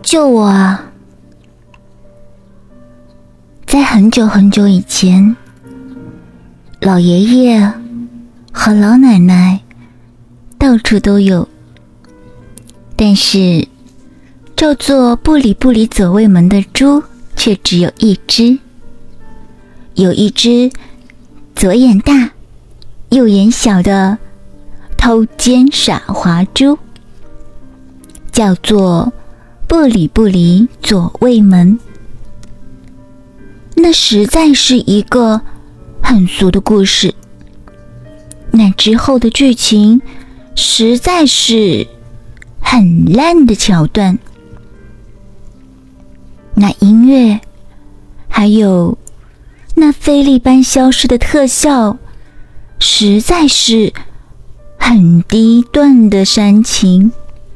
救我啊！在很久很久以前，老爷爷和老奶奶到处都有，但是叫做不理不理左卫门的猪却只有一只。有一只左眼大右眼小的偷奸耍滑猪，叫做不理不理左卫门。那实在是一个很俗的故事，那之后的剧情实在是很烂的桥段，那音乐还有那菲利般消失的特效实在是很低段的煽情，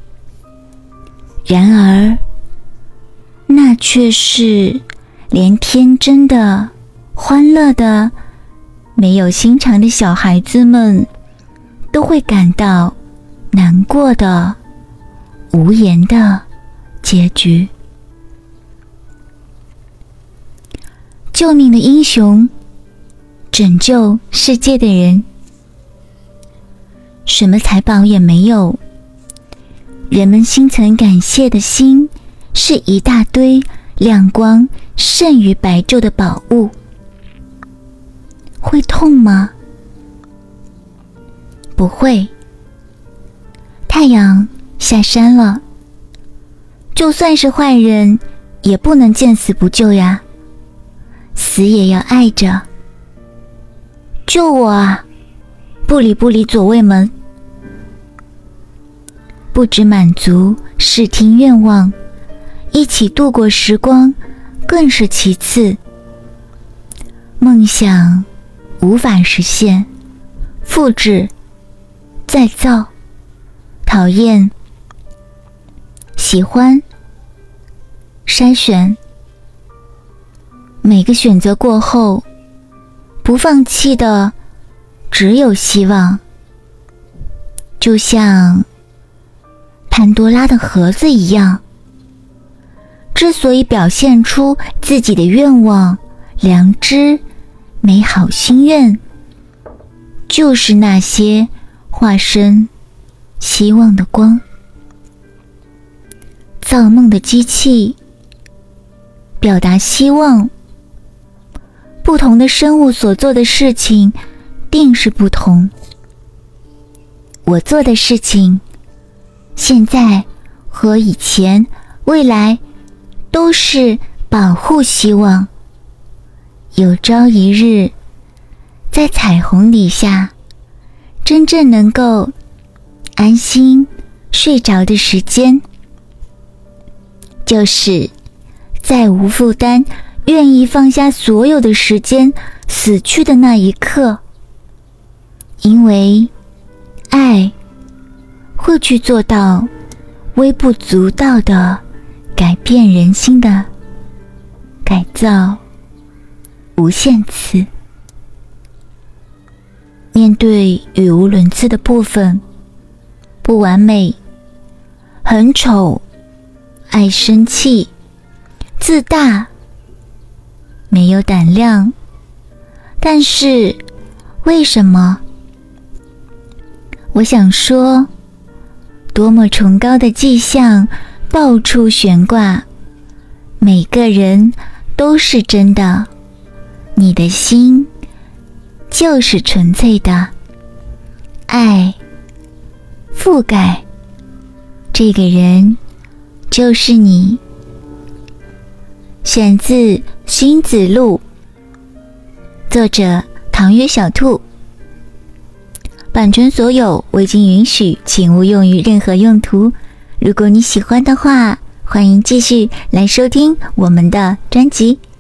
然而那却是连天真的欢乐的没有心肠的小孩子们都会感到难过的无言的结局。救命的英雄，拯救世界的人，什么财宝也没有，人们心存感谢的心是一大堆亮光胜于白昼的宝物。会痛吗？不会。太阳下山了，就算是坏人也不能见死不救呀，死也要爱着。救我啊！不理不理左卫门。不只满足视听愿望，一起度过时光更是其次。梦想无法实现，复制再造，讨厌喜欢筛选，每个选择过后不放弃的只有希望。就像潘多拉的盒子一样，之所以表现出自己的愿望、良知、美好心愿，就是那些化身希望的光。造梦的机器，表达希望。不同的生物所做的事情定是不同。我做的事情，现在和以前、未来都是保护希望。有朝一日，在彩虹底下，真正能够安心睡着的时间，就是再无负担，愿意放下所有的时间死去的那一刻。因为爱会去做到微不足道的改变人心的改造无限次。面对语无伦次的部分，不完美、很丑、爱生气、自大、没有胆量，但是为什么？我想说，多么崇高的迹象到处悬挂，每个人都是真的，你的心就是纯粹的爱覆盖，这个人就是你。选自《荀子录》，作者唐约小兔。版权所有，未经允许，请勿用于任何用途。如果你喜欢的话，欢迎继续来收听我们的专辑。